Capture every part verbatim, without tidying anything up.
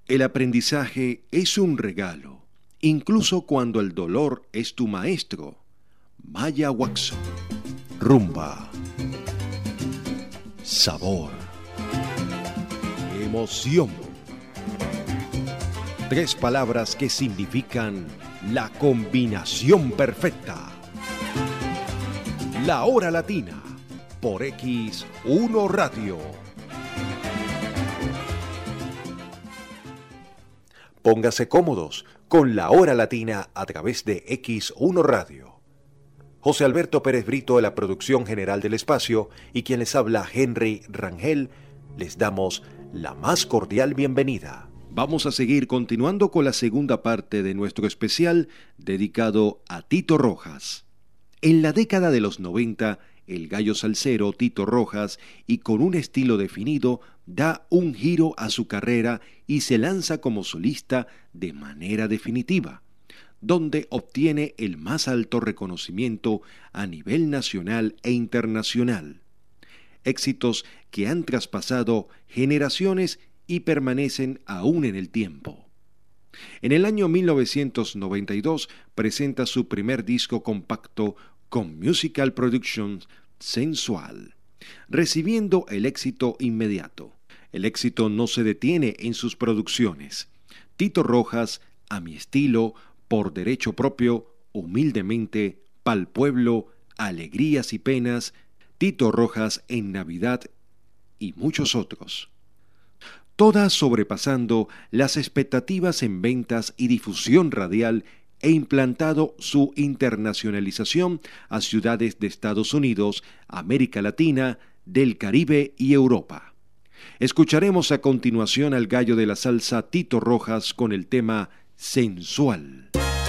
El aprendizaje es un regalo, incluso cuando el dolor es tu maestro. Maya Watson. Rumba. Sabor. Emoción. Tres palabras que significan la combinación perfecta. La Hora Latina, por equis uno Radio. Póngase cómodos con La Hora Latina a través de equis uno Radio. José Alberto Pérez Brito de la producción general del espacio y quien les habla, Henry Rangel, les damos la más cordial bienvenida. Vamos a seguir continuando con la segunda parte de nuestro especial dedicado a Tito Rojas. En la década de los noventa, el gallo salsero Tito Rojas, y con un estilo definido, da un giro a su carrera y se lanza como solista de manera definitiva, donde obtiene el más alto reconocimiento a nivel nacional e internacional. Éxitos que han traspasado generaciones y permanecen aún en el tiempo. En el año mil novecientos noventa y dos presenta su primer disco compacto con Musical Productions Sensual, recibiendo el éxito inmediato. El éxito no se detiene en sus producciones. Tito Rojas, A mi estilo, Por derecho propio, Humildemente, Pa'l pueblo, Alegrías y penas, Tito Rojas en Navidad y muchos otros. Todas sobrepasando las expectativas en ventas y difusión radial e implantado su internacionalización a ciudades de Estados Unidos, América Latina, del Caribe y Europa. Escucharemos a continuación al gallo de la salsa Tito Rojas con el tema Sensual.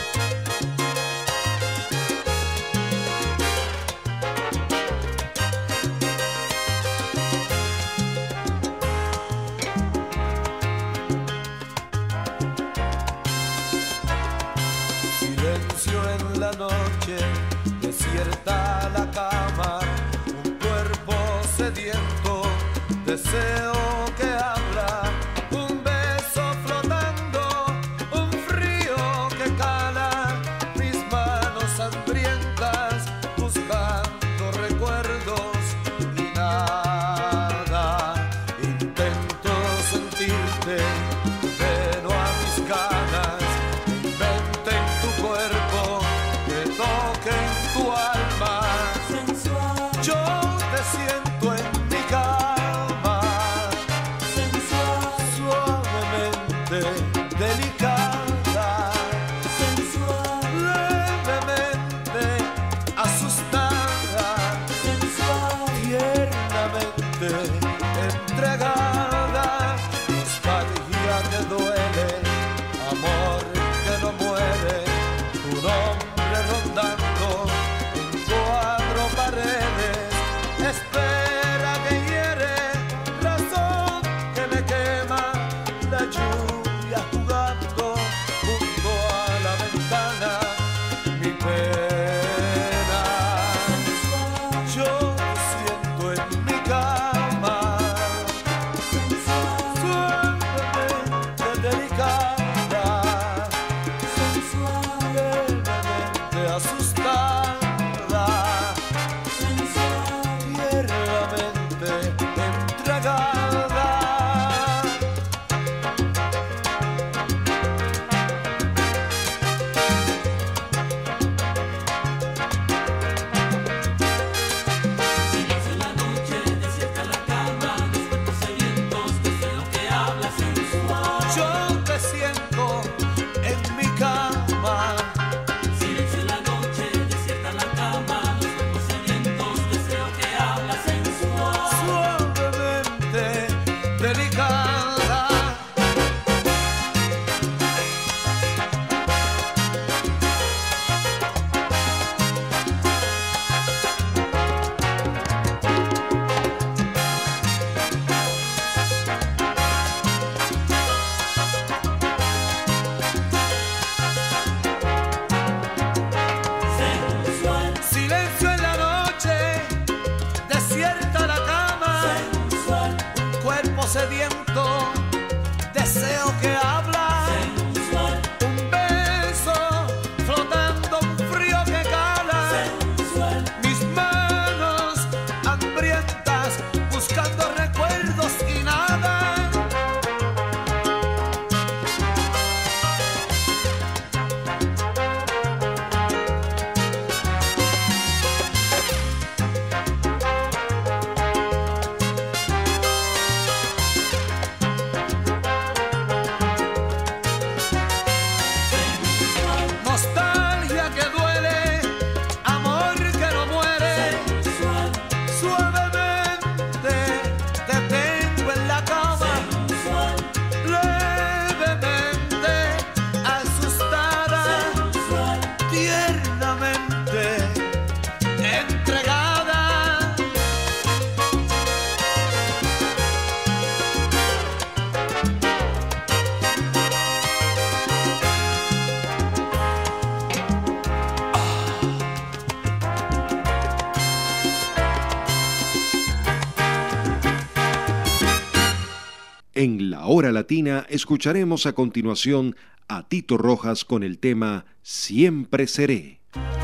Noche, desierta la cama, un cuerpo sediento, deseo que habla, un beso flotando, un frío que cala, mis manos hambrientas, buscando recuerdos y nada, intento sentirte, pero a mis ganas, inventa en tu cuerpo, toque en tu alma sensual. Yo te siento en mi cama sensual, suavemente delicada sensual, levemente asustada sensual, tiernamente entregada, nostalgia que duele, amor que no muere, tu nombre rondando en cuatro paredes, espera que hiere, razón que me quema, la lluvia jugando junto a la ventana, mi pena. Yo te siento en mi cama, suavemente delicada, asustada, tiernamente entregada. Silencio en la noche, desierta la cama, los cuerpos sedientos, deseo que habla sensual. Yo te siento en mi cama. Suavemente delicada. Sensual. Silencio en la noche, desierta la cama, sensual, un cuerpo sediento, deseo que hable. Hora Latina escucharemos a continuación a Tito Rojas con el tema Siempre Seré.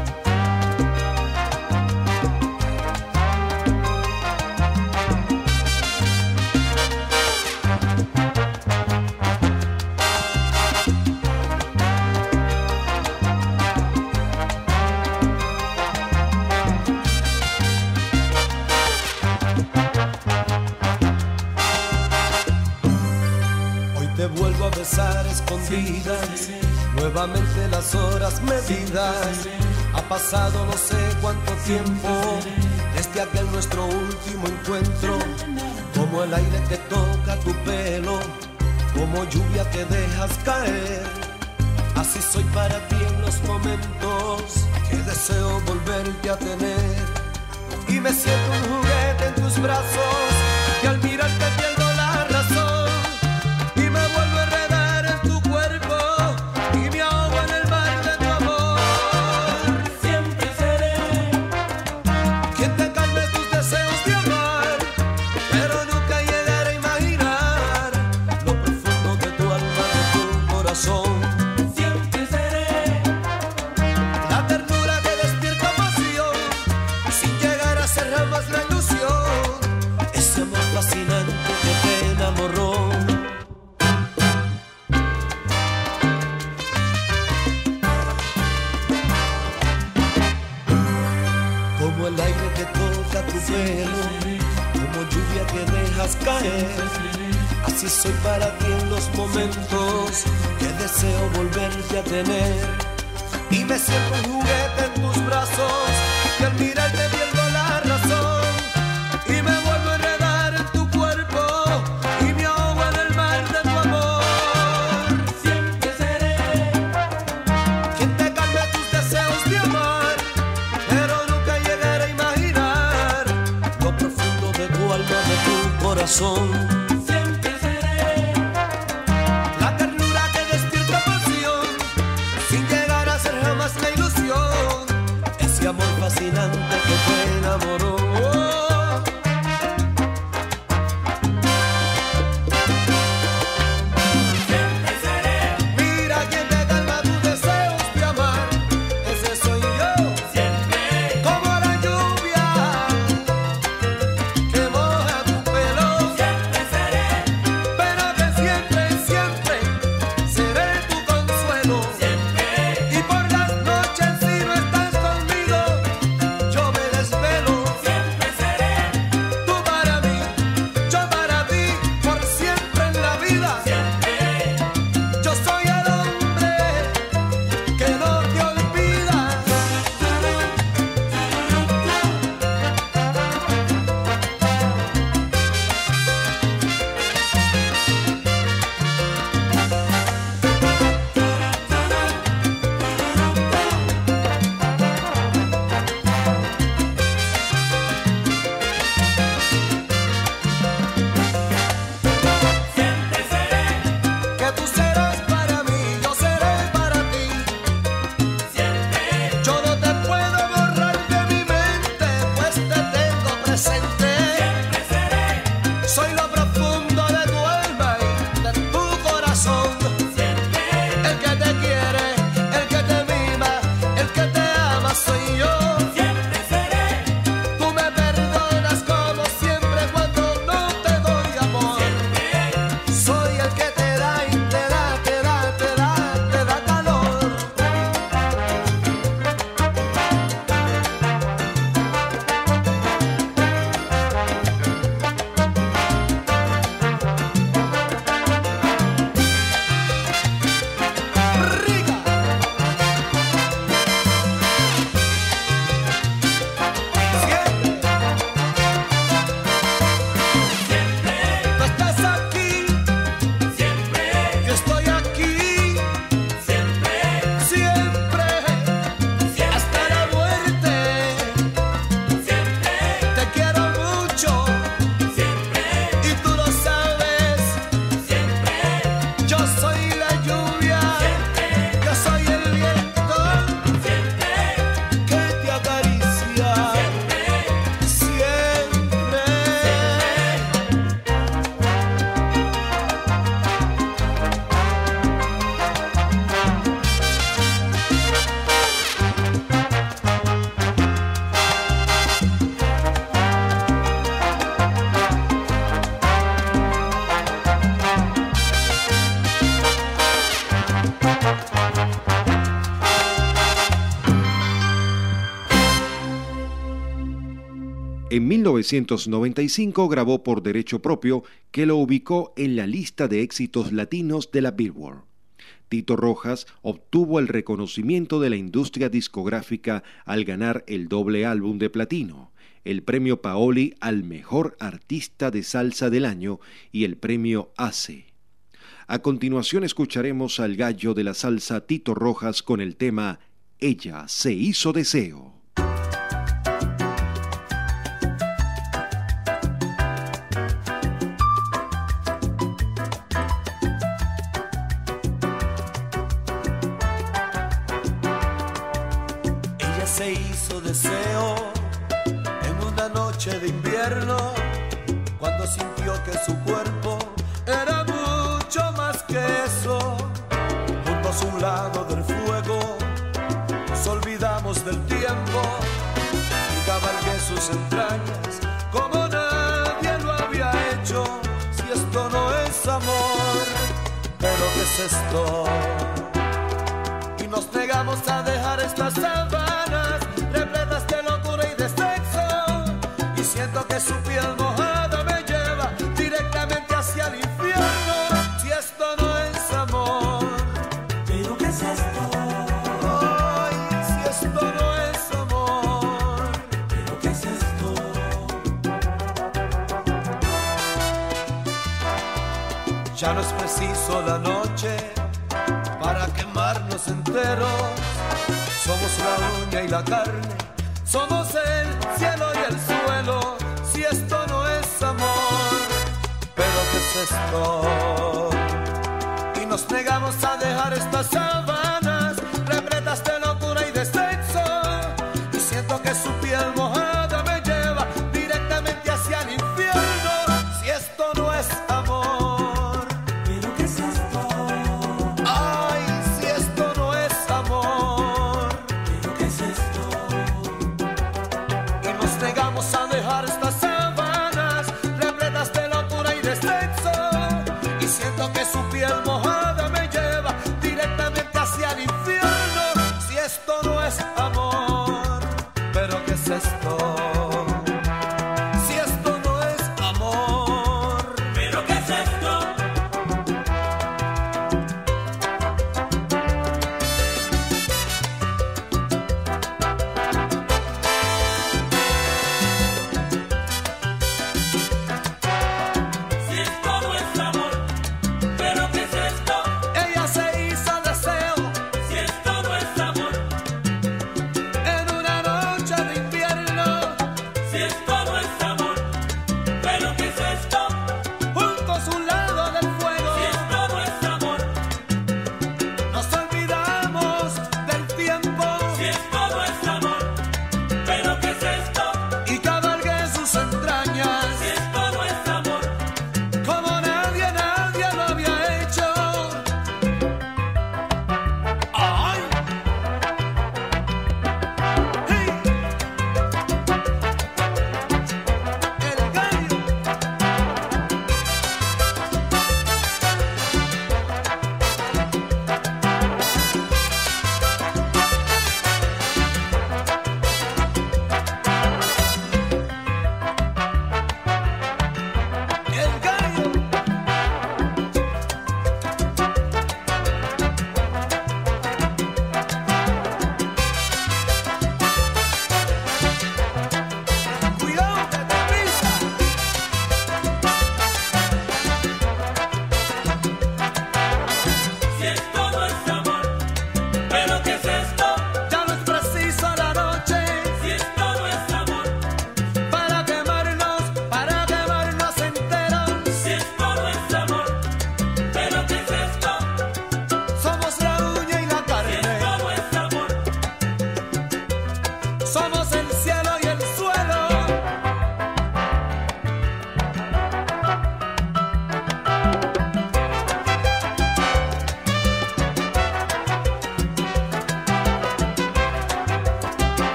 Escondidas, nuevamente las horas medidas. Ha pasado no sé cuánto tiempo desde aquel nuestro último encuentro. Como el aire que toca tu pelo, como lluvia que dejas caer. Así soy para ti en los momentos que deseo volverte a tener. Y me siento un juguete en tus brazos, que al mirarte pierdo la razón. Y me vuelvo a enredar en tu cuerpo y me ahogo en el mar de tu amor. Siempre seré Quien te calme tus deseos de amar, pero nunca llegaré a imaginar lo profundo de tu alma, de tu corazón. Siempre seré La ternura que despierta pasión, sin llegar a ser jamás la ilusión. Ese amor fascinante que te enamoró. Como el aire que toca tu pelo, como lluvia que dejas caer. Así soy para ti en los momentos que deseo volverte a tener. Y me siento un juguete en tus brazos, que al mirarte pierdo la razón. Y me vuelvo a enredar en tu cuerpo y me ahogo en el mar de tu amor. Siempre seré Quien te calme tus deseos de amar, pero nunca llegaré a imaginar lo profundo de tu alma, de tu corazón. Siempre seré La ternura que despierta pasión, sin llegar a ser jamás la ilusión. Ese amor fascinante que te En mil novecientos noventa y cinco grabó por derecho propio, que lo ubicó en la lista de éxitos latinos de la Billboard. Tito Rojas obtuvo el reconocimiento de la industria discográfica al ganar el doble álbum de platino, el premio Paoli al mejor artista de salsa del año y el premio A C E. A continuación escucharemos al gallo de la salsa Tito Rojas con el tema Ella se hizo deseo. Se hizo deseo en una noche de invierno, cuando sintió que su cuerpo era mucho más que eso. Juntos a un lado del fuego nos olvidamos del tiempo y cabalgué sus entrañas como nadie lo había hecho. Si esto no es amor, pero ¿qué es esto? Y nos negamos a dejar estas sábanas repletas de locura y de sexo, y siento que su piel mojada me lleva directamente hacia el infierno. Si esto no es amor, ¿pero qué es esto? ay, si esto no es amor, ¿Pero qué es esto? ya no es preciso la noche para quemarnos enteros. Somos la uña y la carne, somos el cielo y el suelo. Si esto no es amor, pero ¿qué es esto? Y nos negamos a dejar estas sábanas repletas de locura y de sexo, y siento que su piel mojada me lleva directamente hacia el infierno. Si esto no es amor, ¿Pero qué es esto? ay, si esto no es amor, ¿Pero qué es esto? y nos negamos a dejar estas sábanas repletas de locura y de sexo, y siento que su piel mojada me lleva directamente hacia el infierno. Si esto no es amor, pero ¿qué es esto?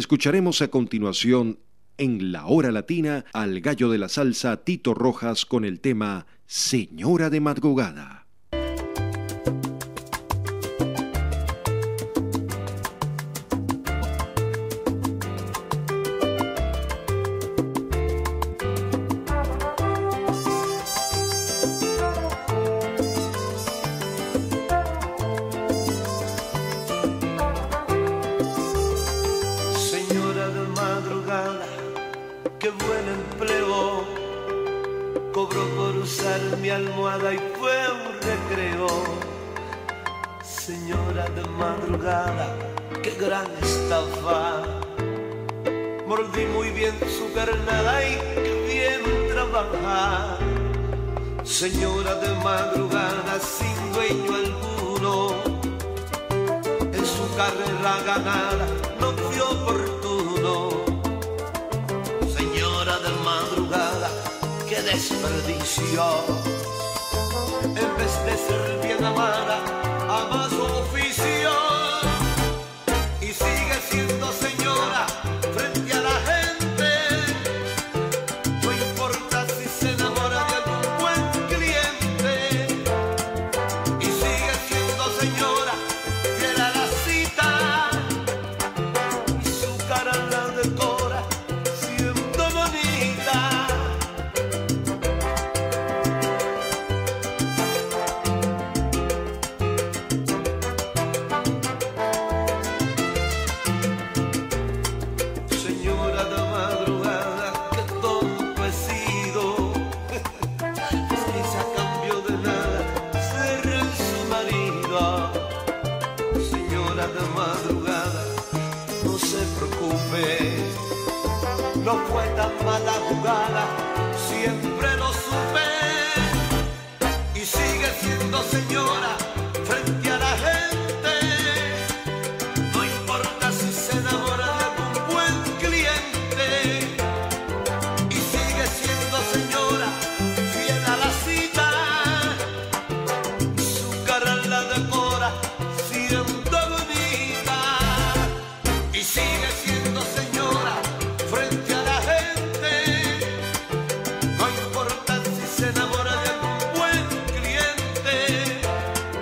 Escucharemos a continuación en La Hora Latina al gallo de la salsa Tito Rojas con el tema Señora de Madrugada. Mi almohada y fue un recreo. Señora de madrugada, qué gran estafa. Mordí muy bien su carnada y qué bien trabaja. Señora de madrugada sin dueño alguno, en su carrera ganada no fue oportuno. Señora de madrugada, qué desperdicio. En vez de ser bien amada, ama su oficio y sigue siendo señora frente a la gente. No importa si se enamora de algún buen cliente y sigue siendo señora fiel a la cita y su cara la decora siendo bonita. No fue tan mala jugada, siempre lo supe y sigue siendo señora frente a la gente. No importa si se enamora de algún buen cliente y sigue siendo señora fiel a la cita. Su cara la decora siendo bonita y sigue siendo señora frente a la gente. No importa si se enamora de algún buen cliente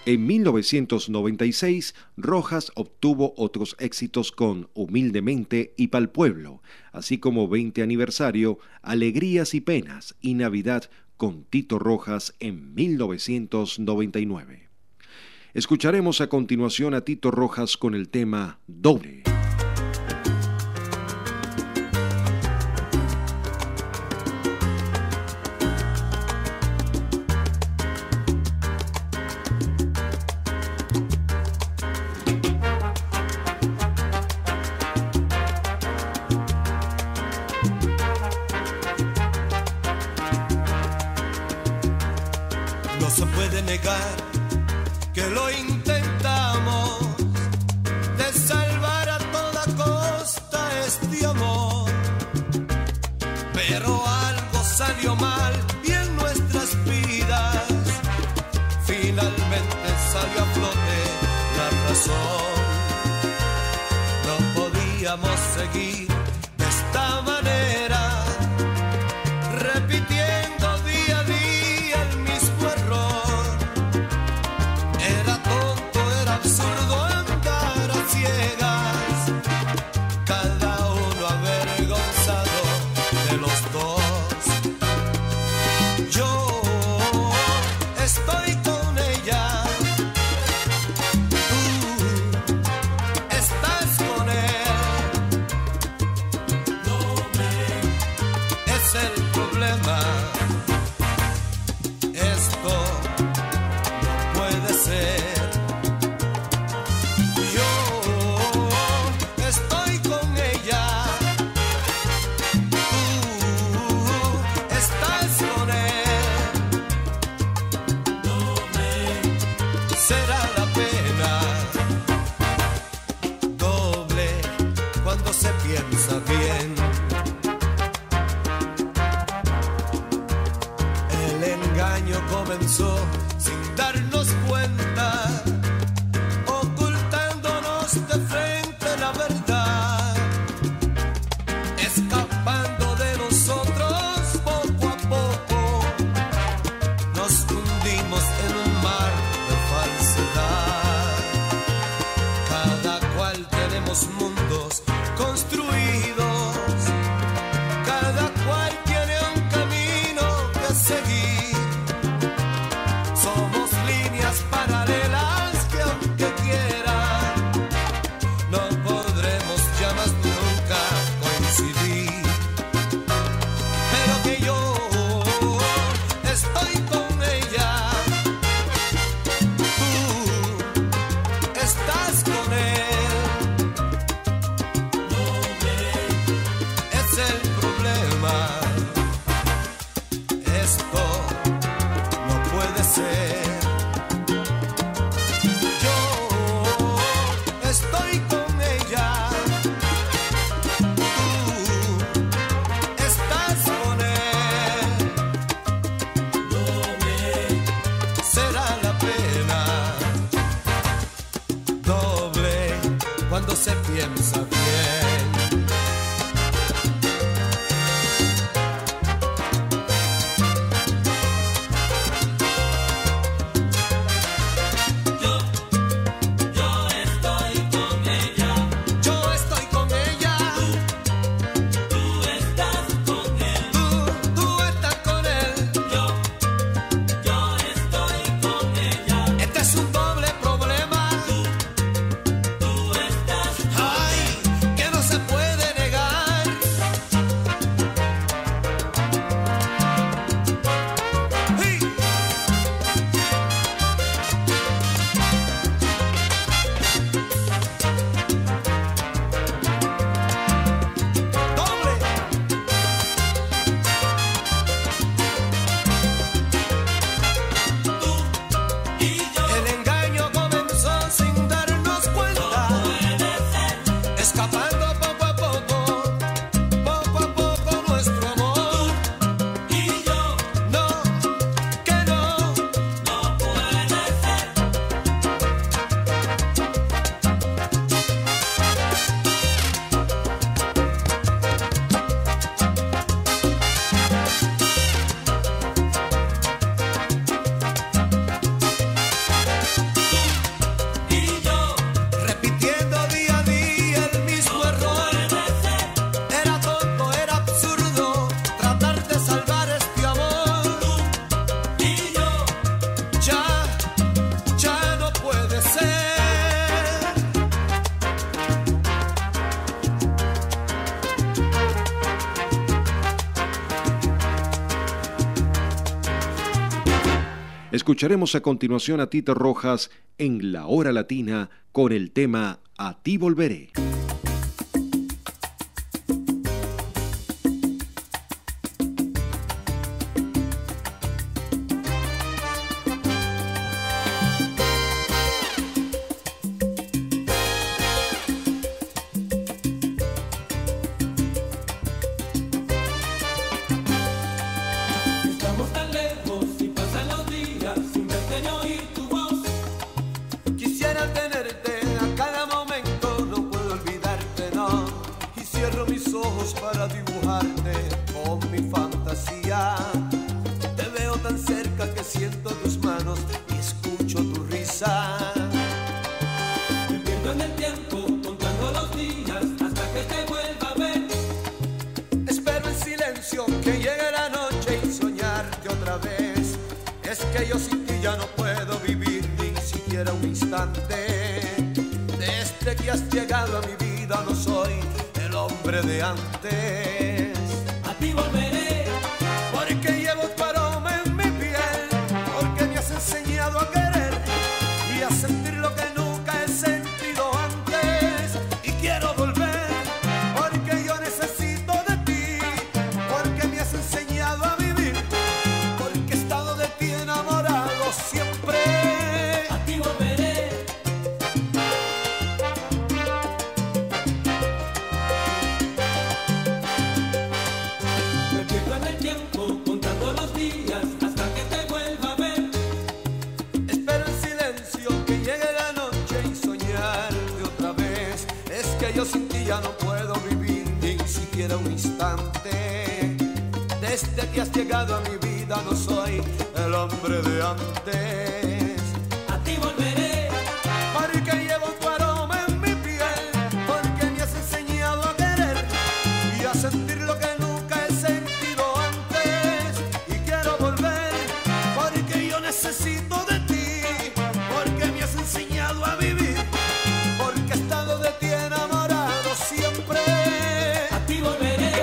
En mil novecientos noventa y seis, Rojas obtuvo otros éxitos con Humildemente y Pa'l Pueblo, así como veinte aniversario, Alegrías y Penas y Navidad con Tito Rojas en mil novecientos noventa y nueve. Escucharemos a continuación a Tito Rojas con el tema Doble. Que lo intentamos de salvar a toda costa este amor, pero algo salió mal y en nuestras vidas finalmente salió a flote la razón. No podíamos seguir de esta manera, repitiendo día a día el mismo error. Era tonto, era absurdo andar a ciegas, cada uno avergonzado de los dos. Yo estoy con ella, tú estás con él. Doble es el problema. Esto no puede ser. Yo estoy con ella, tú estás con él. Doble será la pena. Doble cuando se piensa bien. El engaño comenzó sin darnos cuenta, ocultándonos de frente la verdad, escapando de nosotros poco a poco. Nos hundimos en un mar de falsedad. Cada cual tenemos mundos construidos, cada cual tiene un camino que seguir. Somos líneas paralelas que aunque quieran no podremos ya más nunca coincidir. Pero que yo estoy con ella, tú estás con él. Doble es el problema. Esto no puede ser. Yo estoy con ella, tú estás con él. Doble será la pena. Doble cuando se piensa bien. Yo, yo estoy con ella, Yo estoy con ella, tú estás con él. tú, tú estás con él. Yo, yo estoy con ella, Este es un doble problema. tú estás Ay, Escucharemos a continuación a Tito Rojas en La Hora Latina con el tema A ti volveré. Para dibujarte con mi fantasía. Te veo tan cerca que siento tus manos y escucho tu risa. Me pierdo en el tiempo contando los días hasta que te vuelva a ver. Espero en silencio que llegue la noche y soñarte otra vez. Es que yo sin ti ya no puedo vivir ni siquiera un instante. Desde que has llegado a mi vida no soy el hombre de antes. A ti volveré, porque llevo tu aroma en mi piel, porque me has enseñado a querer y a sentir lo que nunca he sentido antes. Y quiero volver, porque yo necesito de ti, porque me has enseñado a vivir, porque he estado de ti enamorado siempre. a ti volveré. Me pierdo en el tiempo contando los días hasta que te vuelva a ver. Espero en silencio que llegue la noche y soñarte otra vez. Es que yo sin ti ya no puedo vivir ni siquiera un instante. Desde que has llegado a mi vida no soy el hombre de antes. A ti volveré, Porque llevo tu aroma en mi piel, porque me has enseñado a querer y a sentir lo que nunca he sentido antes. Y quiero volver, porque yo necesito de ti, porque me has enseñado a vivir, porque he estado de ti enamorado siempre. a ti volveré.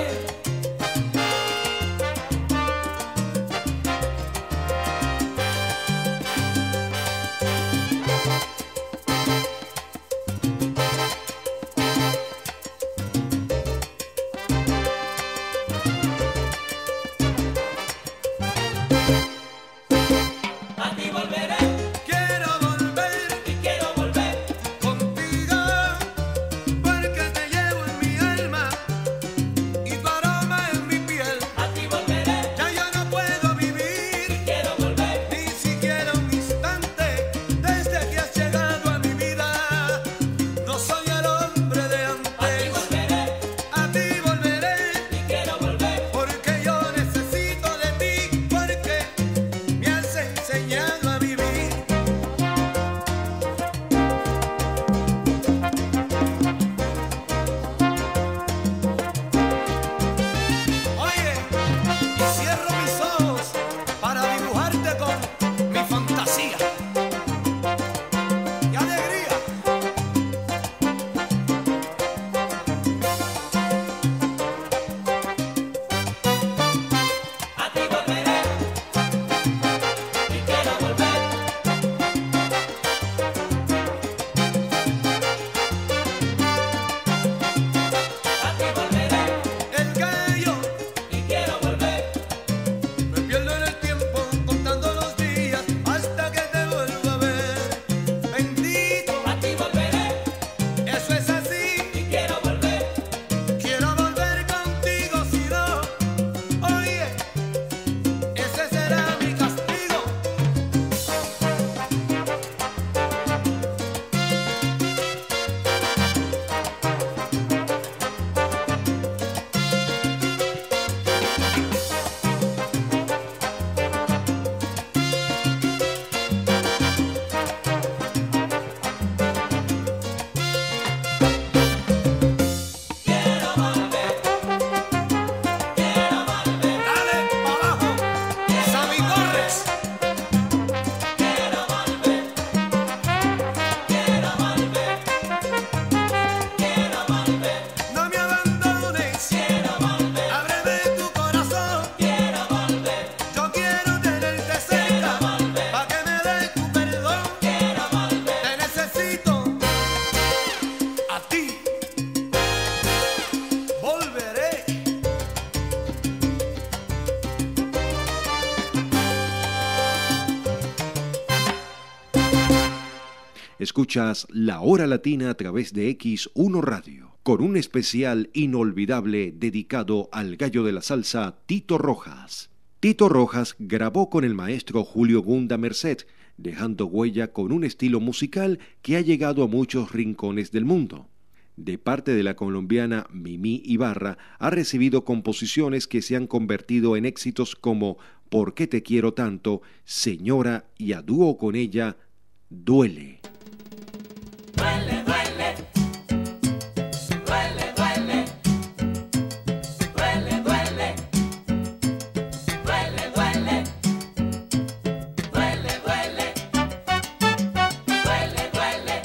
Escuchas La Hora Latina a través de X uno Radio, con un especial inolvidable dedicado al gallo de la salsa Tito Rojas. Tito Rojas grabó con el maestro Julio Gunda Merced, dejando huella con un estilo musical que ha llegado a muchos rincones del mundo. De parte de la colombiana Mimi Ibarra, ha recibido composiciones que se han convertido en éxitos como ¿Por qué te quiero tanto?, Señora, y a dúo con ella, Duele. Duele, duele, duele, duele, duele, duele, duele, duele, duele, duele, duele, duele.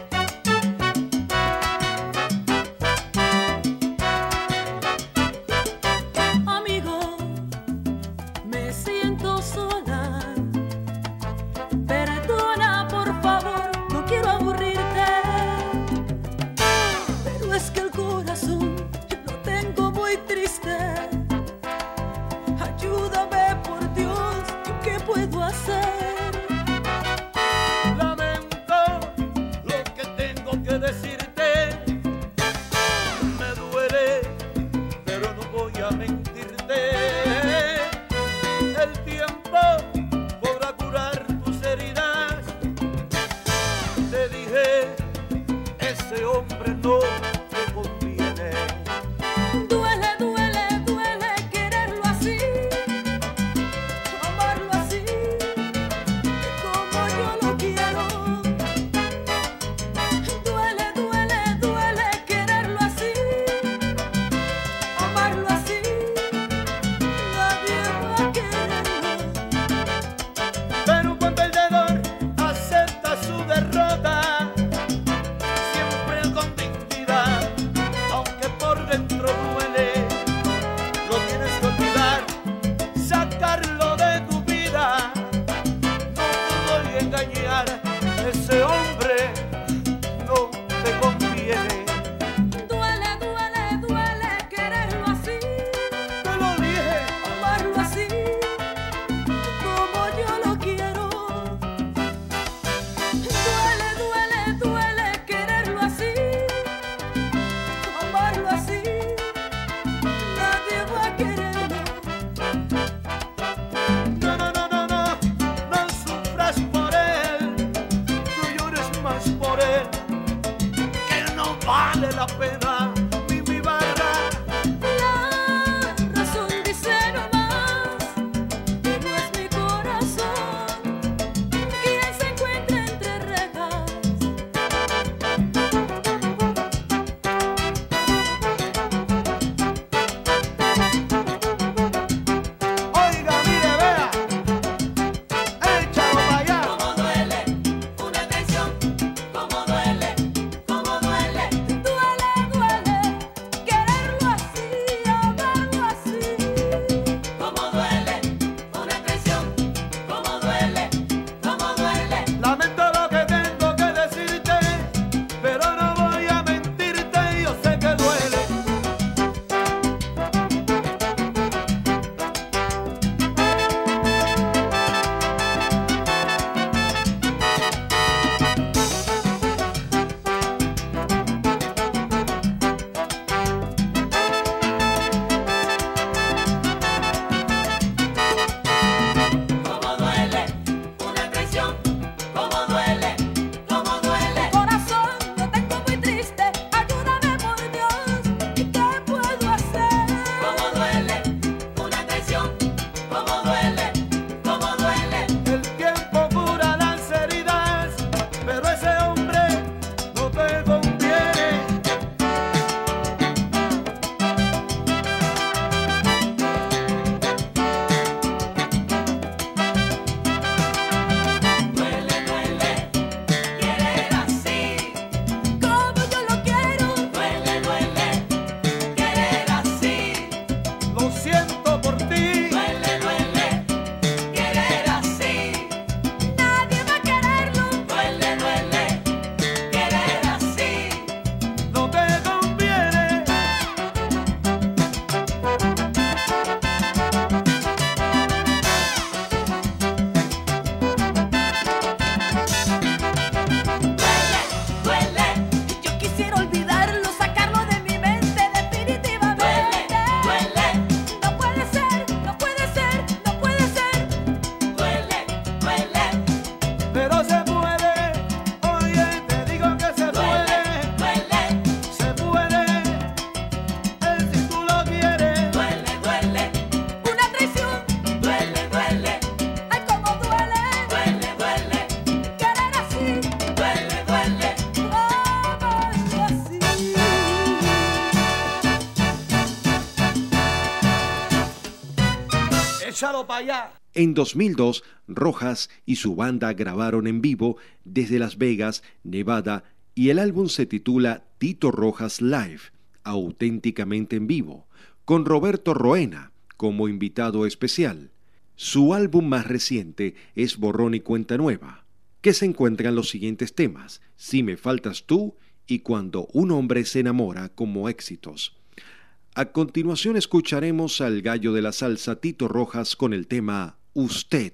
Amigo, me siento sola. Perdona, por favor, no quiero aburrirte. Pero es que el corazón yo lo tengo muy triste. Ayúdame, por Dios, ¿yo qué puedo hacer? Lamento lo que tengo que decirte. Me duele, pero no voy a mentirte. El tiempo podrá curar tus heridas. Te dije, ese hombre no te conviene. Duele, duele, duele quererlo así, amarlo así, como yo lo quiero. Duele, duele, duele quererlo así, amarlo así, nadie va a quererlo. Pero un buen perdedor acepta su derrota, siempre con dignidad, aunque por dentro duele. Lo tienes que olvidar, sacarlo de tu vida. No te voy a engañar, ese hombre no te conviene. Duele, duele, duele quererlo así, Te lo dije, amarlo así, como yo lo quiero. Duele, duele, duele quererlo así, amarlo así, nadie va a quererlo. no, no, no, no, no, no sufras por él, no llores más por él, que no vale la pena, mi mi barra. La razón dice no más, pero es mi corazón quien se encuentra entre rejas. Oiga, mire, vea, échalo para allá. Cómo duele una canción, cómo duele, cómo duele. Duele, duele, échalo para allá. En dos mil dos, Rojas y su banda grabaron en vivo desde Las Vegas, Nevada, y el álbum se titula Tito Rojas Live, auténticamente en vivo, con Roberto Roena como invitado especial. Su álbum más reciente es Borrón y Cuenta Nueva, que se encuentran los siguientes temas: Si me faltas tú y Cuando un hombre se enamora, como éxitos. A continuación escucharemos al gallo de la salsa Tito Rojas con el tema Usted.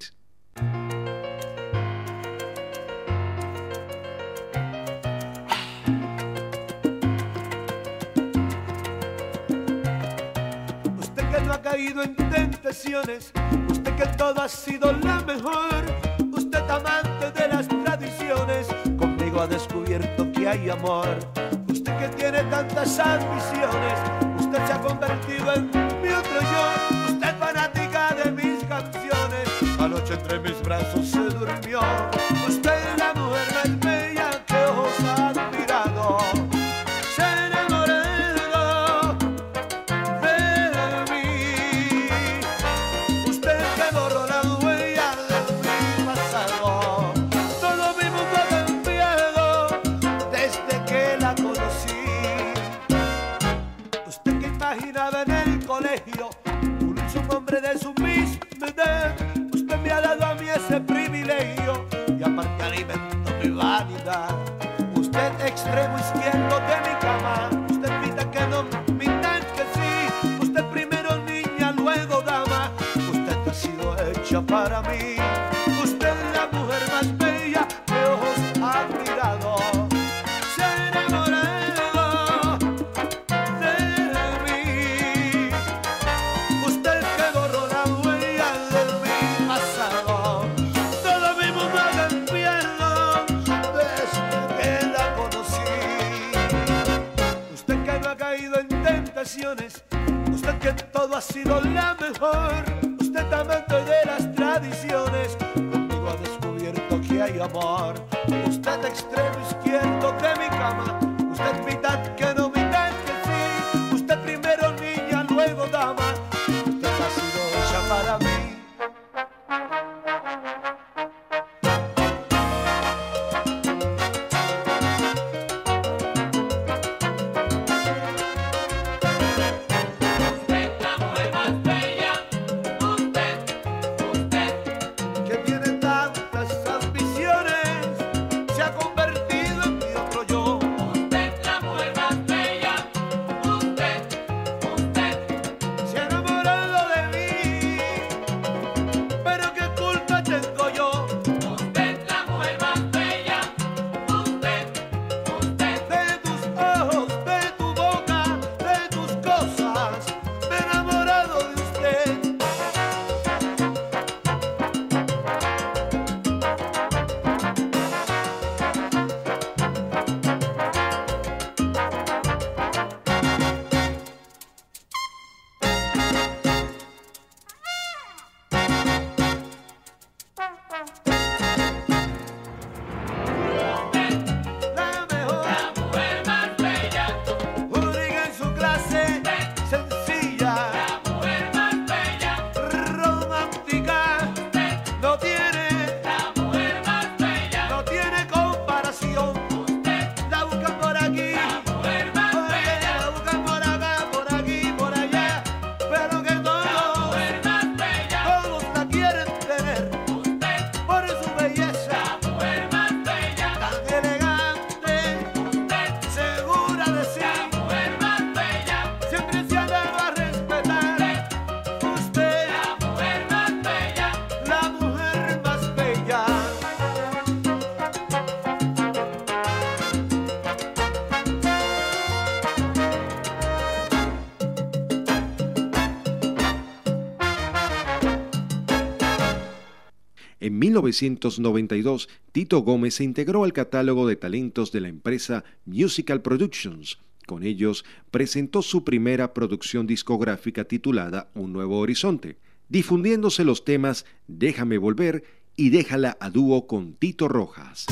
Usted que no ha caído en tentaciones, usted que todo ha sido la mejor, usted amante de las tradiciones, conmigo ha descubierto que hay amor. Usted que tiene tantas ambiciones, usted se ha convertido en mi otro yo. Usted fanática de mis canciones, anoche entre mis brazos se durmió. Usted es la mujer más bella que ojos han mirado. Se ha enamorado de mí. Usted que borró la huella de mi pasado. Todo mi mundo ha cambiado desde que la conocí. Usted que imaginaba en el colegio un hombre de su misma edad, usted me ha dado a mí ese privilegio y aparte alimento mi vanidad. Usted extremo izquierdo de mi cama, usted pita que no, mitad que sí. Usted primero niña, luego dama, usted ha sido hecha para mí. Usted es la mujer más bella que ojos han mirado. Se ha enamorado de mí. Usted que borró la huella de mi pasado. Todo mi mundo ha cambiado desde que la conocí. Usted que no ha caído en tentaciones, usted que todo ha sido la mejor, usted amante de las tradiciones, conmigo ha descubierto que hay amor. Usted extremo izquierdo de mi cama, usted mitad que no, mitad que sí. Usted primero niña, luego dama, usted ha sido hecha para mí. Usted, la mujer más bella, usted, usted, Que tiene tantas ambiciones, se ha convertido en mi otro yo. usted, la mujer más bella, usted, usted, Se ha enamorado de mí, pero qué culpa tengo yo usted, la mujer más bella, usted, usted, de tus ojos, de tu boca, de tus cosas. Me he enamorado de usted. La mejor, la mujer más bella, única en su clase, sencilla, la mujer más bella, romántica, no tiene, la mujer más bella, no tiene comparación. La buscan por aquí, la mujer más por allá, bella, la buscan por acá, por aquí, por allá, pero que la todos, mujer más bella, todos la quieren tener usted, por su belleza la mujer más bella, tan elegante, usted, segura de sí, la mujer más bella, siempre se ha dado a respetar. Usted, la mujer más bella, la mujer más bella. En mil novecientos noventa y dos, Tito Gómez se integró al catálogo de talentos de la empresa Musical Productions. Con ellos presentó su primera producción discográfica titulada Un Nuevo Horizonte, difundiéndose los temas Déjame Volver y Déjala a dúo con Tito Rojas.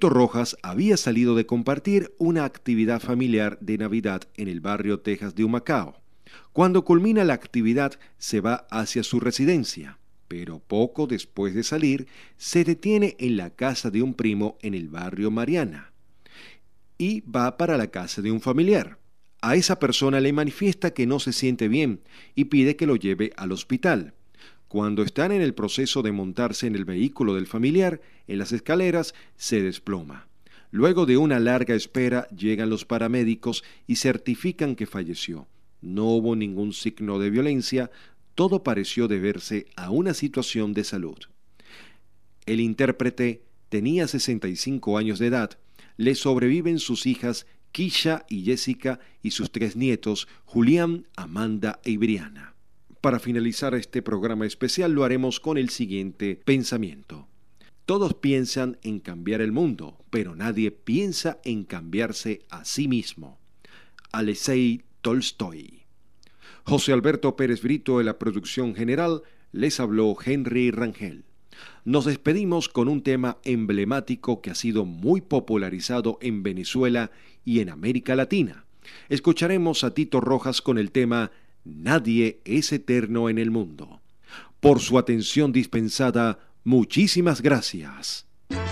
Tito Rojas había salido de compartir una actividad familiar de Navidad en el barrio Texas de Humacao. Cuando culmina la actividad, se va hacia su residencia, pero poco después de salir, se detiene en la casa de un primo en el barrio Mariana y va para la casa de un familiar. A esa persona le manifiesta que no se siente bien y pide que lo lleve al hospital. Cuando están en el proceso de montarse en el vehículo del familiar, en las escaleras se desploma. Luego de una larga espera llegan los paramédicos y certifican que falleció. No hubo ningún signo de violencia, todo pareció deberse a una situación de salud. El intérprete tenía sesenta y cinco años de edad, le sobreviven sus hijas Kisha y Jessica y sus tres nietos, Julián, Amanda y Briana. Para finalizar este programa especial lo haremos con el siguiente pensamiento. Todos piensan en cambiar el mundo, pero nadie piensa en cambiarse a sí mismo. Alexei Tolstoy. José Alberto Pérez Brito en la producción general, les habló Henry Rangel. Nos despedimos con un tema emblemático que ha sido muy popularizado en Venezuela y en América Latina. Escucharemos a Tito Rojas con el tema Nadie es eterno en el mundo. Por su atención dispensada, muchísimas gracias.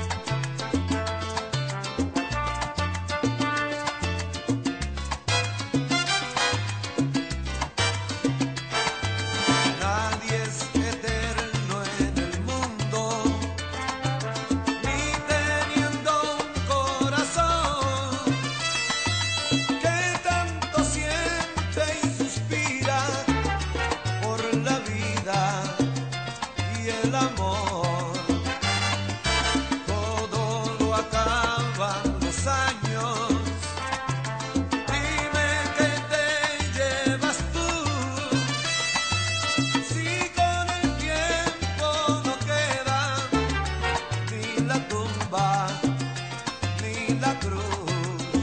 Nadie es eterno en el mundo, ni teniendo un corazón que tanto siente y suspira por la vida y el amor. Todo lo acaban los años. Dime que te llevas tú. Si con el tiempo no queda ni la tumba ni la cruz.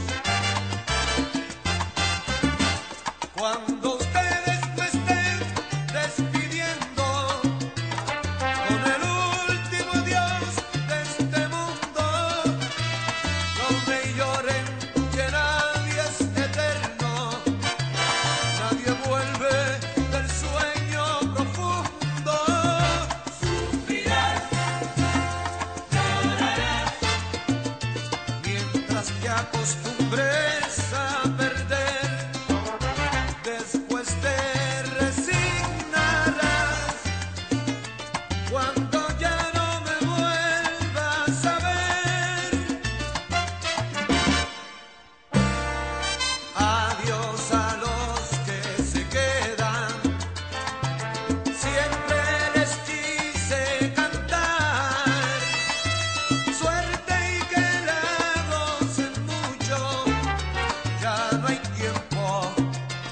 Cuando ustedes me estén despidiendo con el último adiós de este mundo, no me lloren que nadie es eterno, nadie vuelve del sueño profundo. Suspirás, llorarás, mientras que acostumbres a perder, después te resignarás. Cuando ya no me vuelvas a ver, adiós a los que se quedan. Siempre les quise cantar suerte y que la gocen mucho. Ya no hay tiempo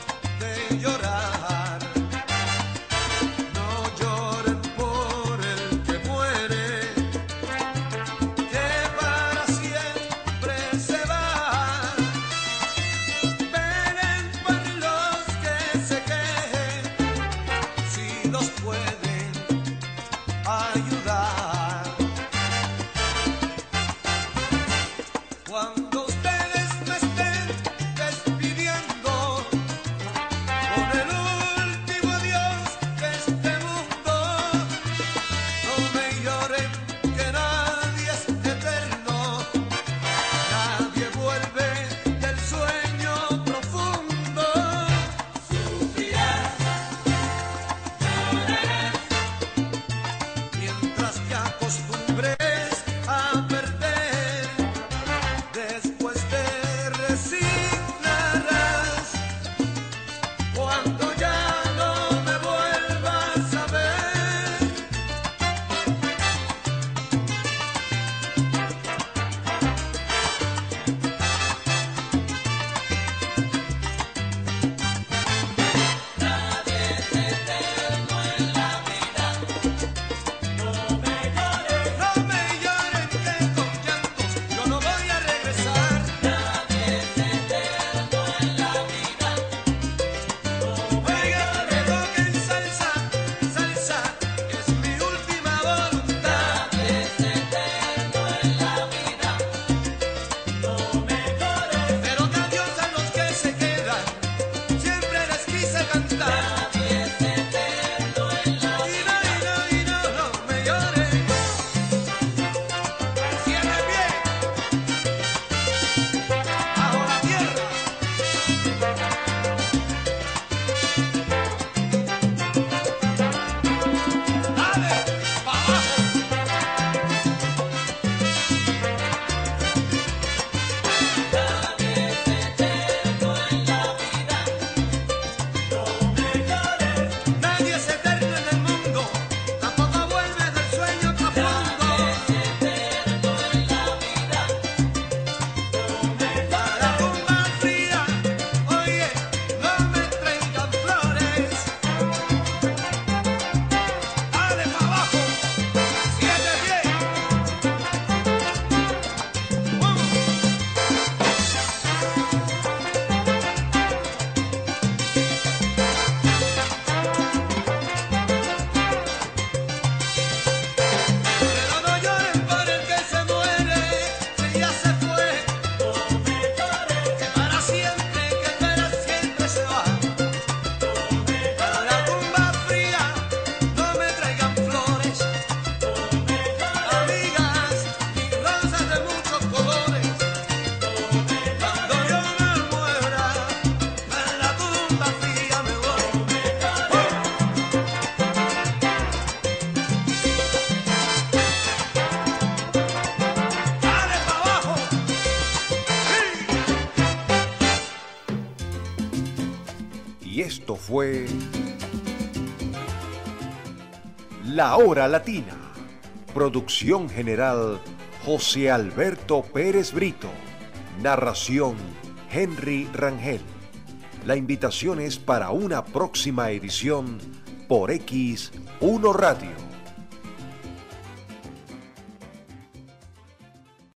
de llorar. No lloren por el Y esto fue La Hora Latina. Producción general José Alberto Pérez Brito. Narración Henry Rangel. La invitación es para una próxima edición por X uno Radio.